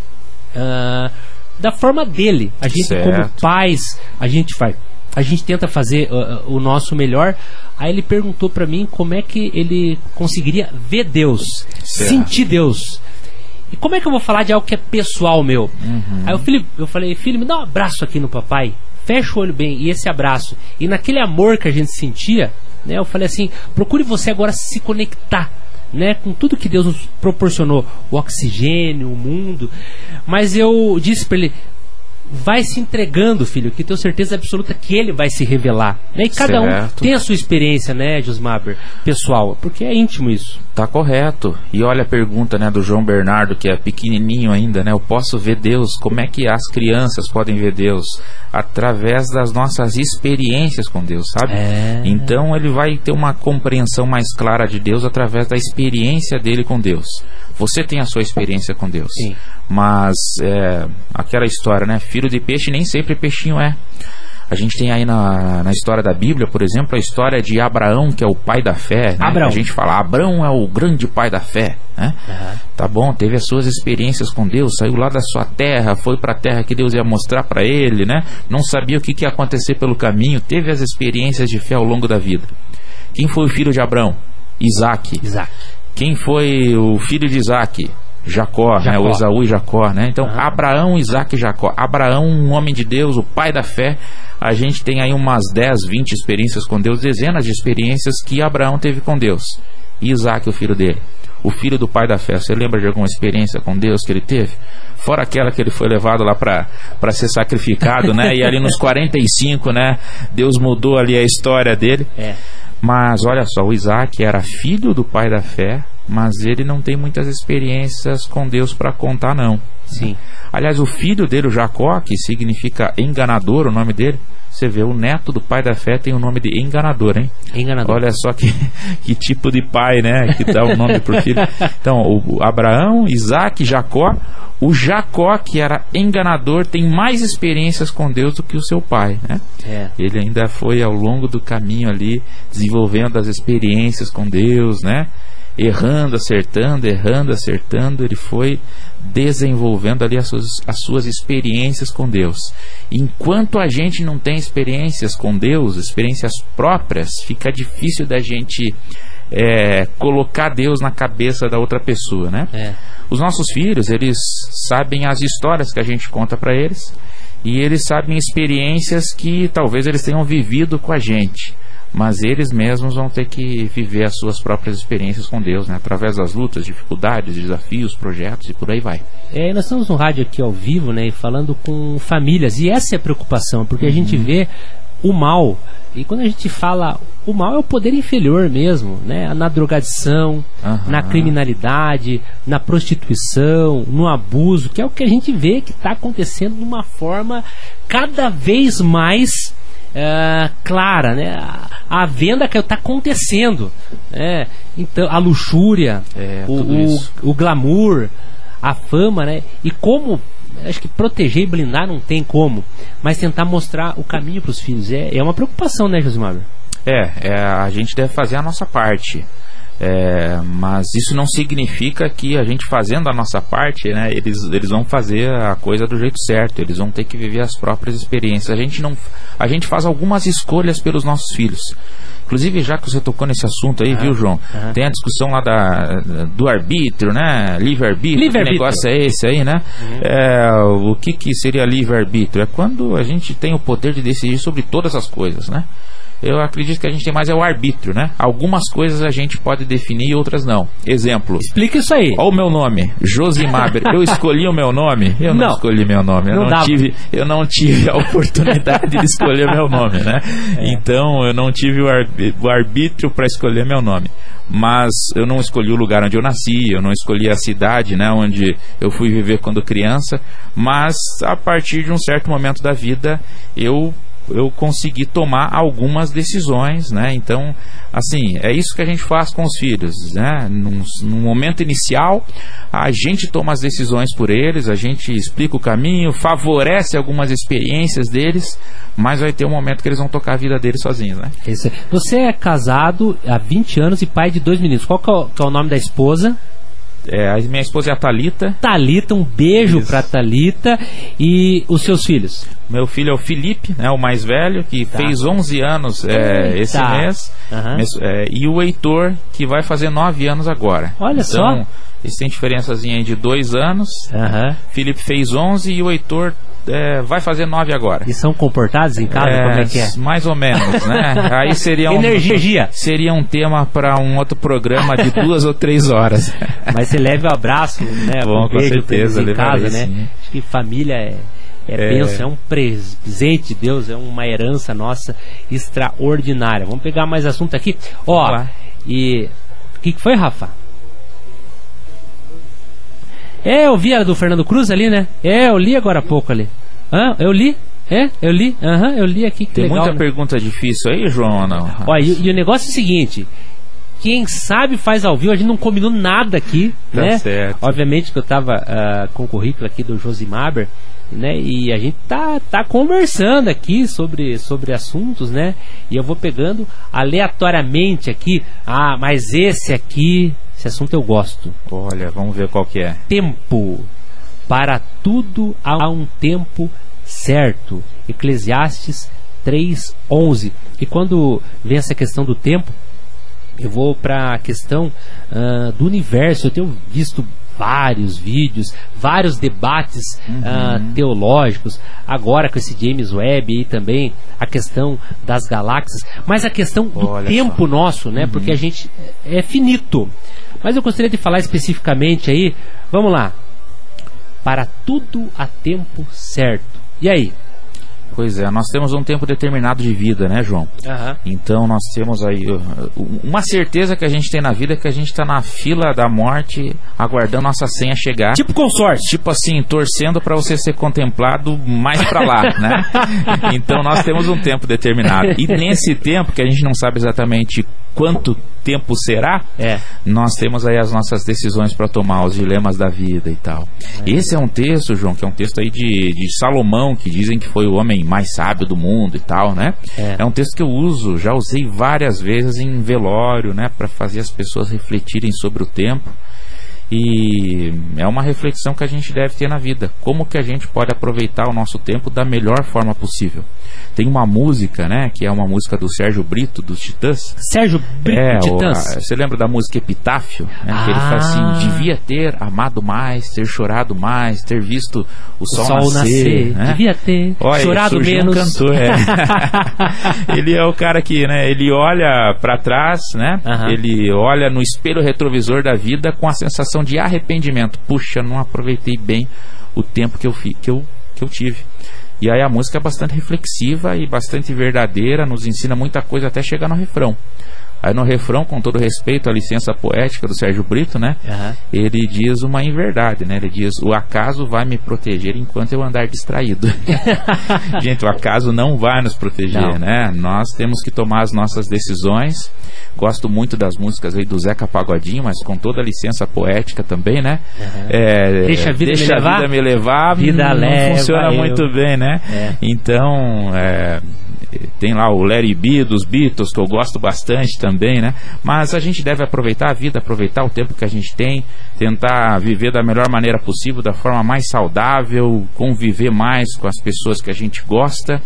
da forma dele. A gente, como pais, a gente tenta fazer o nosso melhor. Aí ele perguntou pra mim como é que ele conseguiria ver Deus, sentir Deus. E como é que eu vou falar de algo que é pessoal meu? Aí eu falei: filho, me dá um abraço aqui no papai. Fecha o olho bem, e esse abraço. E naquele amor que a gente sentia, né, eu falei assim: procure você agora se conectar, né, com tudo que Deus nos proporcionou, o oxigênio, o mundo. Mas eu disse para ele: vai se entregando, filho, que tenho certeza absoluta que ele vai se revelar, né? E cada um tem a sua experiência, né, Josmaber, pessoal, porque é íntimo isso. Tá correto. E olha a pergunta, né, do João Bernardo, que é pequenininho ainda, né? Eu posso ver Deus? Como é que as crianças podem ver Deus? Através das nossas experiências com Deus, sabe? Então ele vai ter uma compreensão mais clara de Deus através da experiência dele com Deus. Você tem a sua experiência com Deus. Sim. Mas aquela história, né? Filho de peixe nem sempre peixinho é. A gente tem aí na história da Bíblia, por exemplo, a história de Abraão, que é o pai da fé, né? A gente fala: Abraão é o grande pai da fé, né? Tá bom, teve as suas experiências com Deus, saiu lá da sua terra, foi para a terra que Deus ia mostrar para ele, né? Não sabia o que ia acontecer pelo caminho, teve as experiências de fé ao longo da vida. Quem foi o filho de Abraão? Isaac. Quem foi o filho de Isaac? Jacó. Né? O Esaú e Jacó, né? Então, Abraão, Isaac e Jacó. Abraão, um homem de Deus, o pai da fé. A gente tem aí umas 10, 20 experiências com Deus, dezenas de experiências que Abraão teve com Deus. E Isaac, o filho dele, o filho do pai da fé. Você lembra de alguma experiência com Deus que ele teve? Fora aquela que ele foi levado lá para ser sacrificado, né? E ali nos 45, né? Deus mudou ali a história dele. Mas olha só, o Isaac era filho do pai da fé, mas ele não tem muitas experiências com Deus para contar, não. Sim. Aliás, o filho dele, o Jacó, que significa enganador, o nome dele, você vê, o neto do pai da fé tem o nome de enganador, hein? Enganador. Olha só que tipo de pai, né? Que dá o nome pro filho. Então, o Abraão, Isaac, Jacó. O Jacó, que era enganador, tem mais experiências com Deus do que o seu pai, né? Ele ainda foi ao longo do caminho ali, desenvolvendo as experiências com Deus, né? Errando, acertando, ele foi desenvolvendo ali as suas experiências com Deus. Enquanto a gente não tem experiências com Deus, experiências próprias, fica difícil da gente colocar Deus na cabeça da outra pessoa, né? Os nossos filhos, eles sabem as histórias que a gente conta para eles, e eles sabem experiências que talvez eles tenham vivido com a gente, mas eles mesmos vão ter que viver as suas próprias experiências com Deus, né? Através das lutas, dificuldades, desafios, projetos e por aí vai. Nós estamos no rádio aqui ao vivo, né? Falando com famílias, e essa é a preocupação, porque a gente vê o mal, e quando a gente fala o mal é o poder inferior mesmo, né? Na drogadição, na criminalidade, na prostituição, no abuso, que é o que a gente vê que está acontecendo de uma forma cada vez mais clara, né? A venda que está acontecendo, então a luxúria, o glamour, a fama, né? E como, acho que proteger e blindar não tem como, mas tentar mostrar o caminho para os filhos é uma preocupação, né, Josimar? A gente deve fazer a nossa parte. Mas isso não significa que a gente fazendo a nossa parte, né, eles vão fazer a coisa do jeito certo. Eles vão ter que viver as próprias experiências. A gente faz algumas escolhas pelos nossos filhos. Inclusive, já que você tocou nesse assunto aí, viu, João? Tem a discussão lá do arbítrio, né? Livre-arbítrio. Que negócio é esse aí, né? O que seria livre-arbítrio? É quando a gente tem o poder de decidir sobre todas as coisas, né? Eu acredito que a gente tem mais o arbítrio, né? Algumas coisas a gente pode definir e outras não. Exemplo. Explica isso aí. Olha o meu nome, Josimaber. Eu escolhi o meu nome? Eu não escolhi meu nome. Eu não tive a oportunidade de escolher meu nome, né? Então eu não tive o arbítrio para escolher meu nome. Mas eu não escolhi o lugar onde eu nasci, eu não escolhi a cidade, né, onde eu fui viver quando criança. Mas a partir de um certo momento da vida eu eu consegui tomar algumas decisões, né? Então, assim, é isso que a gente faz com os filhos, né? Num momento inicial, a gente toma as decisões por eles, a gente explica o caminho, favorece algumas experiências deles, mas vai ter um momento que eles vão tocar a vida deles sozinhos, né? Você é casado há 20 anos e pai de 2 meninos. Qual que é o nome da esposa? A minha esposa é a Thalita. Thalita, um beijo pra Thalita. E os seus filhos? Meu filho é o Felipe, né, o mais velho, que fez 11 anos esse mês. E o Heitor, que vai fazer 9 anos agora. Olha só. Eles têm diferençazinha aí de 2 anos. Felipe fez 11 e o Heitor vai fazer 9 agora. E são comportados em casa? Como é que é? Mais ou menos, né? Aí seria seria um tema para um outro programa de 2 ou 3 horas. Mas você leva o abraço, né? Bom, com certeza, em casa, sim, né? Acho que família bênção, é um presente de Deus, é uma herança nossa extraordinária. Vamos pegar mais assunto aqui. E o que foi, Rafa? Eu vi a do Fernando Cruz ali, né? Eu li agora há pouco ali. Eu li? Eu li. Eu li aqui. Que tem legal, muita né? Pergunta difícil aí, João, ou não? E o negócio é o seguinte: quem sabe faz ao vivo, a gente não combinou nada aqui, né? Certo. Obviamente que eu tava com o currículo aqui do Josimaber, né? E a gente tá conversando aqui sobre assuntos, né? E eu vou pegando aleatoriamente aqui. Mas esse assunto eu gosto. Olha, vamos ver qual que é. Tempo. Para tudo há um tempo certo. Eclesiastes 3:11. E quando vem essa questão do tempo, eu vou para a questão do universo. Eu tenho visto vários vídeos, vários debates teológicos, agora com esse James Webb aí também, a questão das galáxias, mas a questão do tempo nosso, né? Porque a gente é finito. Mas eu gostaria de falar especificamente aí, vamos lá, para tudo há tempo certo. E aí? Pois é, nós temos um tempo determinado de vida, né, João? Então nós temos aí uma certeza que a gente tem na vida, é que a gente está na fila da morte, aguardando nossa senha chegar. Tipo consórcio. Tipo assim, torcendo para você ser contemplado mais para lá, né? Então nós temos um tempo determinado. E nesse tempo, que a gente não sabe exatamente quanto tempo será, nós temos aí as nossas decisões para tomar, os dilemas da vida e tal. Esse é um texto, João, que é um texto aí de Salomão, que dizem que foi o homem mais sábio do mundo e tal, né? É um texto que eu já usei várias vezes em velório, né? Para fazer as pessoas refletirem sobre o tempo. E é uma reflexão que a gente deve ter na vida. Como que a gente pode aproveitar o nosso tempo da melhor forma possível? Tem uma música, né, que é uma música do Sérgio Brito, dos Titãs. Sérgio Brito, Titãs. Você lembra da música Epitáfio? Né, que ele fala assim: devia ter amado mais, ter chorado mais, ter visto o sol nascer, né? Devia ter chorado menos. Um cantor, Ele é o cara que, né, ele olha para trás, né? Ele olha no espelho retrovisor da vida com a sensação de arrependimento. Puxa, não aproveitei bem o tempo que eu tive. E aí a música é bastante reflexiva e bastante verdadeira, nos ensina muita coisa até chegar no refrão. Aí no refrão, com todo respeito à licença poética do Sérgio Brito, né? Ele diz uma inverdade, né? Ele diz: o acaso vai me proteger enquanto eu andar distraído. Gente, o acaso não vai nos proteger, né? Nós temos que tomar as nossas decisões. Gosto muito das músicas aí do Zeca Pagodinho, mas com toda a licença poética também, né? Deixa a vida me levar, vida não funciona muito bem, né? Então, tem lá o Let It Be dos Beatles, que eu gosto bastante também, né? Mas a gente deve aproveitar a vida, aproveitar o tempo que a gente tem, tentar viver da melhor maneira possível, da forma mais saudável, conviver mais com as pessoas que a gente gosta,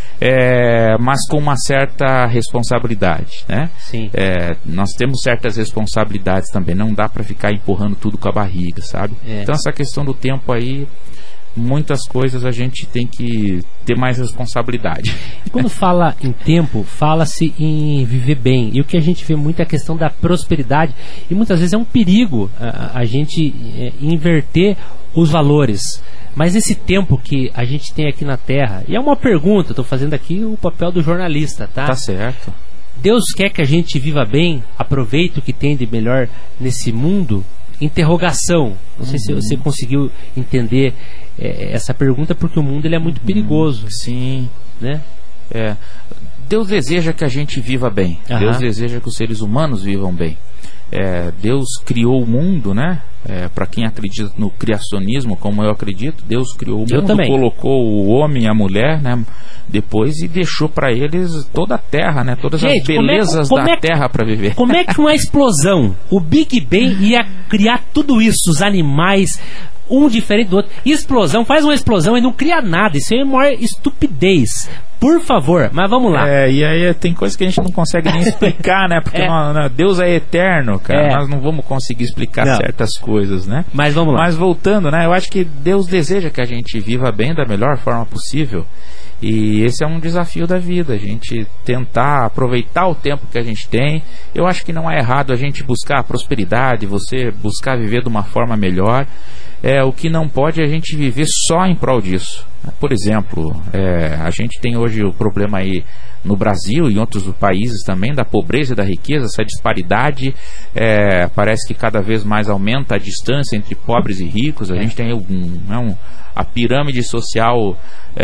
mas com uma certa responsabilidade, né? Sim. Nós temos certas responsabilidades também, não dá para ficar empurrando tudo com a barriga, sabe? Então essa questão do tempo aí, muitas coisas a gente tem que ter mais responsabilidade. E quando fala em tempo, fala-se em viver bem. E o que a gente vê muito é a questão da prosperidade. E muitas vezes é um perigo a gente inverter os valores. Mas esse tempo que a gente tem aqui na Terra, e é uma pergunta, estou fazendo aqui o papel do jornalista, tá? Tá certo. Deus quer que a gente viva bem, aproveite o que tem de melhor nesse mundo? Interrogação. Não sei se você conseguiu entender essa pergunta, porque o mundo ele é muito perigoso. Sim. Né? Deus deseja que a gente viva bem. Deus deseja que os seres humanos vivam bem. Deus criou o mundo, né? Para quem acredita no criacionismo, como eu acredito, Deus criou o mundo, colocou o homem e a mulher, né? Depois, e deixou para eles toda a terra, né? Todas as belezas da terra para viver. Como é que uma explosão, o Big Bang ia criar tudo isso, os animais, um diferente do outro? Explosão, faz uma explosão e não cria nada. Isso é a maior estupidez. Por favor, mas vamos lá. E aí tem coisa que a gente não consegue nem explicar, né? Porque Deus é eterno, cara. Nós não vamos conseguir explicar certas coisas, né? Mas vamos lá. Mas voltando, né? Eu acho que Deus deseja que a gente viva bem da melhor forma possível. E esse é um desafio da vida, a gente tentar aproveitar o tempo que a gente tem. Eu acho que não é errado a gente buscar a prosperidade, você buscar viver de uma forma melhor. O que não pode é a gente viver só em prol disso. Por exemplo, a gente tem hoje o problema aí no Brasil e em outros países também da pobreza e da riqueza, essa disparidade. Parece que cada vez mais aumenta a distância entre pobres e ricos. A gente tem a pirâmide social,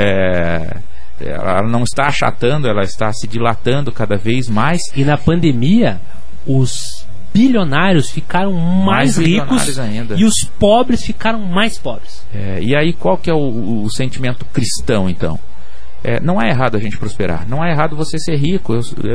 ela não está achatando, ela está se dilatando cada vez mais. E na pandemia, os bilionários ficaram mais ricos ainda, e os pobres ficaram mais pobres. E aí qual que é o sentimento cristão, então? Não é errado a gente prosperar, não é errado você ser rico,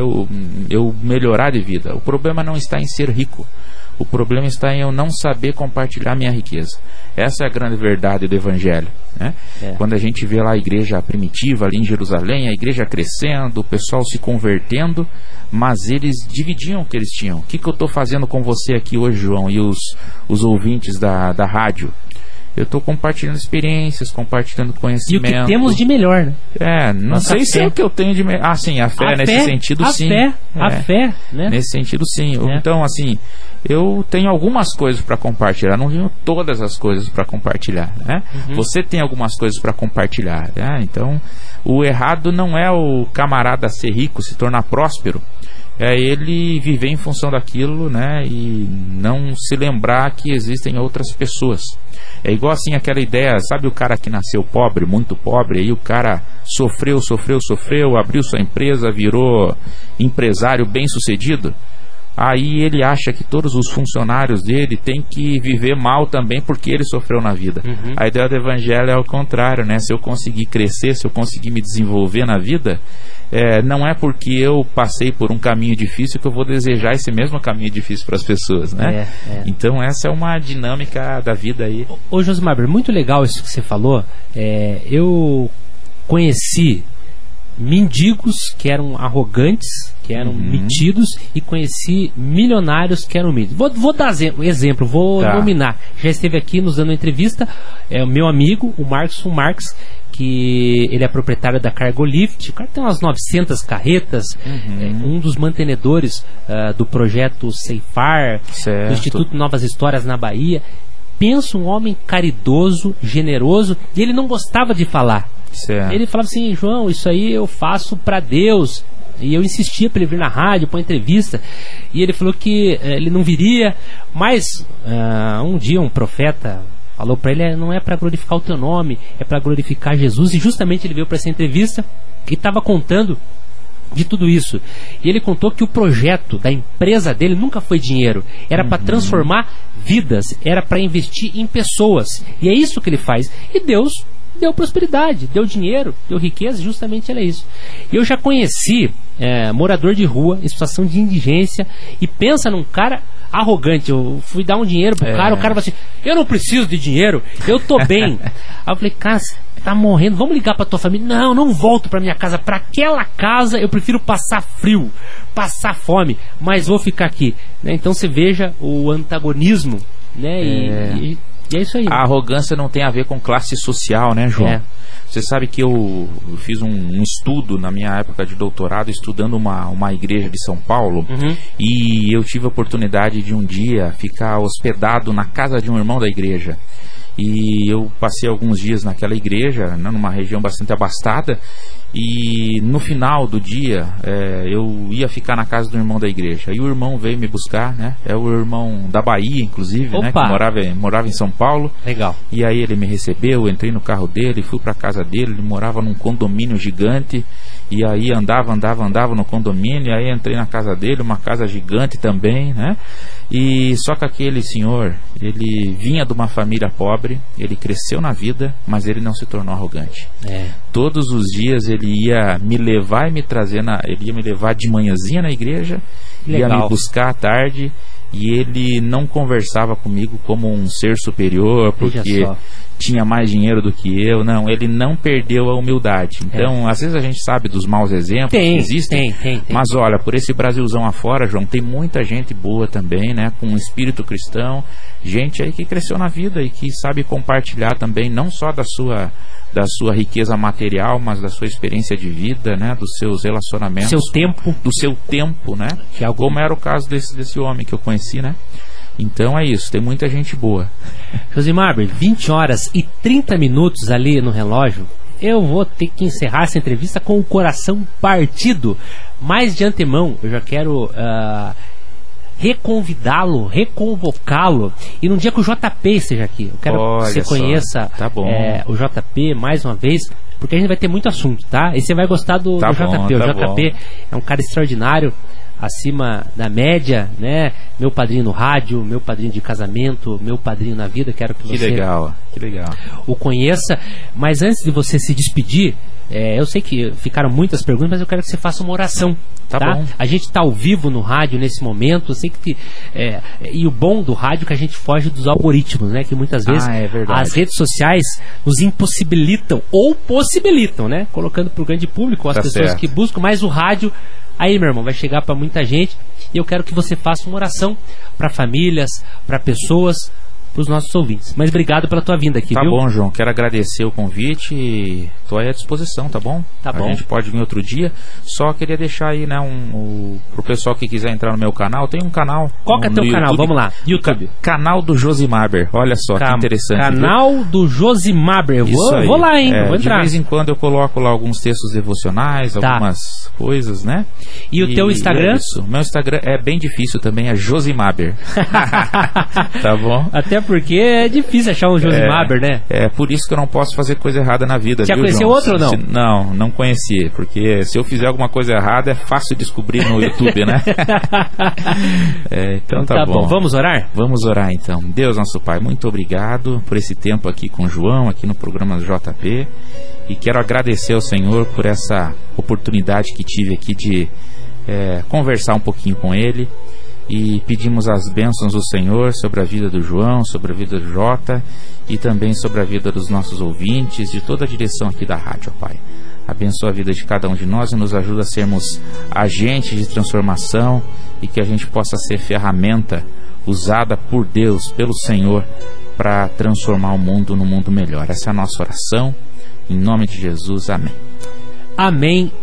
eu melhorar de vida. O problema não está em ser rico, o problema está em eu não saber compartilhar minha riqueza. Essa é a grande verdade do Evangelho, né? Quando a gente vê lá a igreja primitiva ali em Jerusalém, a igreja crescendo, o pessoal se convertendo, mas eles dividiam o que eles tinham. O que eu estou fazendo com você aqui hoje, João, e os ouvintes da rádio? Eu estou compartilhando experiências, compartilhando conhecimento. E o que temos de melhor, né? Não Nossa sei fé. Se é o que eu tenho de melhor. Sim, a fé, nesse sentido, sim. A fé, né? Nesse sentido, sim. Então, assim, eu tenho algumas coisas para compartilhar. Não tenho todas as coisas para compartilhar, né? Você tem algumas coisas para compartilhar, né? Então, o errado não é o camarada ser rico, se tornar próspero. É ele viver em função daquilo, né? E não se lembrar que existem outras pessoas. É igual assim aquela ideia, sabe o cara que nasceu pobre, muito pobre, aí o cara sofreu, abriu sua empresa, virou empresário bem sucedido. Aí ele acha que todos os funcionários dele têm que viver mal também porque ele sofreu na vida. A ideia do Evangelho é ao contrário, né? Se eu conseguir crescer, se eu conseguir me desenvolver na vida, não é porque eu passei por um caminho difícil que eu vou desejar esse mesmo caminho difícil para as pessoas, né? Então essa é uma dinâmica da vida aí. Ô Josimar, muito legal isso que você falou. Eu conheci mendigos que eram arrogantes, que eram metidos, e conheci milionários que eram metidos. Vou dar exemplo, vou nominar. Já esteve aqui nos dando uma entrevista, o meu amigo, o Marx, que ele é proprietário da Cargolift. O cara tem umas 900 carretas, um dos mantenedores do projeto Ceifar, do Instituto Novas Histórias na Bahia. Pensa um homem caridoso, generoso, e ele não gostava de falar. Ele falava assim: João, isso aí eu faço para Deus. E eu insistia para ele vir na rádio, para uma entrevista. E ele falou que ele não viria. Mas um dia um profeta falou para ele: não é para glorificar o teu nome, é para glorificar Jesus. E justamente ele veio para essa entrevista e estava contando de tudo isso. E ele contou que o projeto da empresa dele nunca foi dinheiro, era para transformar vidas, era para investir em pessoas. E é isso que ele faz. E Deus deu prosperidade, deu dinheiro, deu riqueza, justamente era isso. Eu já conheci morador de rua em situação de indigência, e pensa num cara arrogante. Eu fui dar um dinheiro pro cara, o cara falou assim: eu não preciso de dinheiro, eu tô bem. Aí eu falei: cara, você tá morrendo, vamos ligar pra tua família. Não volto pra minha casa, pra aquela casa eu prefiro passar frio, passar fome, mas vou ficar aqui, né? Então você veja o antagonismo, né? E é isso aí. A arrogância não tem a ver com classe social, né, João? Você sabe que eu fiz um estudo na minha época de doutorado, estudando uma igreja de São Paulo, e eu tive a oportunidade de um dia ficar hospedado na casa de um irmão da igreja. E eu passei alguns dias naquela igreja, né, numa região bastante abastada, e no final do dia eu ia ficar na casa do irmão da igreja. E o irmão veio me buscar, né? É o irmão da Bahia, inclusive, né? Que morava em São Paulo. Legal. E aí ele me recebeu, eu entrei no carro dele, fui pra casa dele. Ele morava num condomínio gigante. E aí andava no condomínio, e aí entrei na casa dele, uma casa gigante também, né? E só que aquele senhor, ele vinha de uma família pobre, ele cresceu na vida, mas ele não se tornou arrogante. Todos os dias ele ia me levar e me trazer, ele ia me levar de manhãzinha na igreja, ia me buscar à tarde, e ele não conversava comigo como um ser superior, porque tinha mais dinheiro do que eu. Não, ele não perdeu a humildade. Então, às vezes a gente sabe dos maus exemplos que existem, tem. Mas olha, por esse Brasilzão afora, João, tem muita gente boa também, né, com um espírito cristão, gente aí que cresceu na vida e que sabe compartilhar também, não só da sua riqueza material, mas da sua experiência de vida, né, dos seus relacionamentos, do seu tempo, né, como era o caso desse homem que eu conheci, né. Então é isso, tem muita gente boa. Josimar, 20 horas e 30 minutos ali no relógio. Eu vou ter que encerrar essa entrevista com o coração partido. Mas de antemão, eu já quero reconvidá-lo, reconvocá-lo, e num dia que o JP esteja aqui. Eu quero que você conheça o JP mais uma vez, porque a gente vai ter muito assunto, tá? E você vai gostar do JP. O JP é um cara extraordinário, acima da média, né? Meu padrinho no rádio, meu padrinho de casamento, meu padrinho na vida. Quero que você o conheça. Mas antes de você se despedir, eu sei que ficaram muitas perguntas, mas eu quero que você faça uma oração. Tá bom. A gente está ao vivo no rádio nesse momento. Eu sei que e o bom do rádio é que a gente foge dos algoritmos, né? Que muitas vezes as redes sociais nos impossibilitam ou possibilitam, né? Colocando para o grande público as pessoas que buscam, mas o rádio, aí, meu irmão, vai chegar para muita gente. E eu quero que você faça uma oração para famílias, para pessoas, para os nossos ouvintes. Mas obrigado pela tua vinda aqui, viu? Tá bom, João. Quero agradecer o convite e estou aí à disposição, tá bom? Tá bom. A gente pode vir outro dia. Só queria deixar aí, né, pro pessoal que quiser entrar no meu canal. Tem um canal. Qual que é teu canal? Vamos lá. YouTube. Canal do Josimaber. Olha só, que interessante. Canal do Josimaber. Vou lá, hein? Vou entrar. De vez em quando eu coloco lá alguns textos devocionais, algumas coisas, né? E o teu Instagram? Meu Instagram é bem difícil também, é Josimaber. Tá bom? Até porque é difícil achar um Josimaber, né? É por isso que eu não posso fazer coisa errada na vida. Já conheceu outro ou não? Não conheci, porque se eu fizer alguma coisa errada é fácil descobrir no YouTube, né? Então tá bom. Vamos orar? Vamos orar então. Deus, nosso Pai, muito obrigado por esse tempo aqui com o João, aqui no programa do JP, e quero agradecer ao Senhor por essa oportunidade que tive aqui de conversar um pouquinho com ele. E pedimos as bênçãos do Senhor sobre a vida do João, sobre a vida do Jota e também sobre a vida dos nossos ouvintes, de toda a direção aqui da rádio, ó Pai. Abençoa a vida de cada um de nós e nos ajuda a sermos agentes de transformação e que a gente possa ser ferramenta usada por Deus, pelo Senhor, para transformar o mundo num mundo melhor. Essa é a nossa oração. Em nome de Jesus, amém. Amém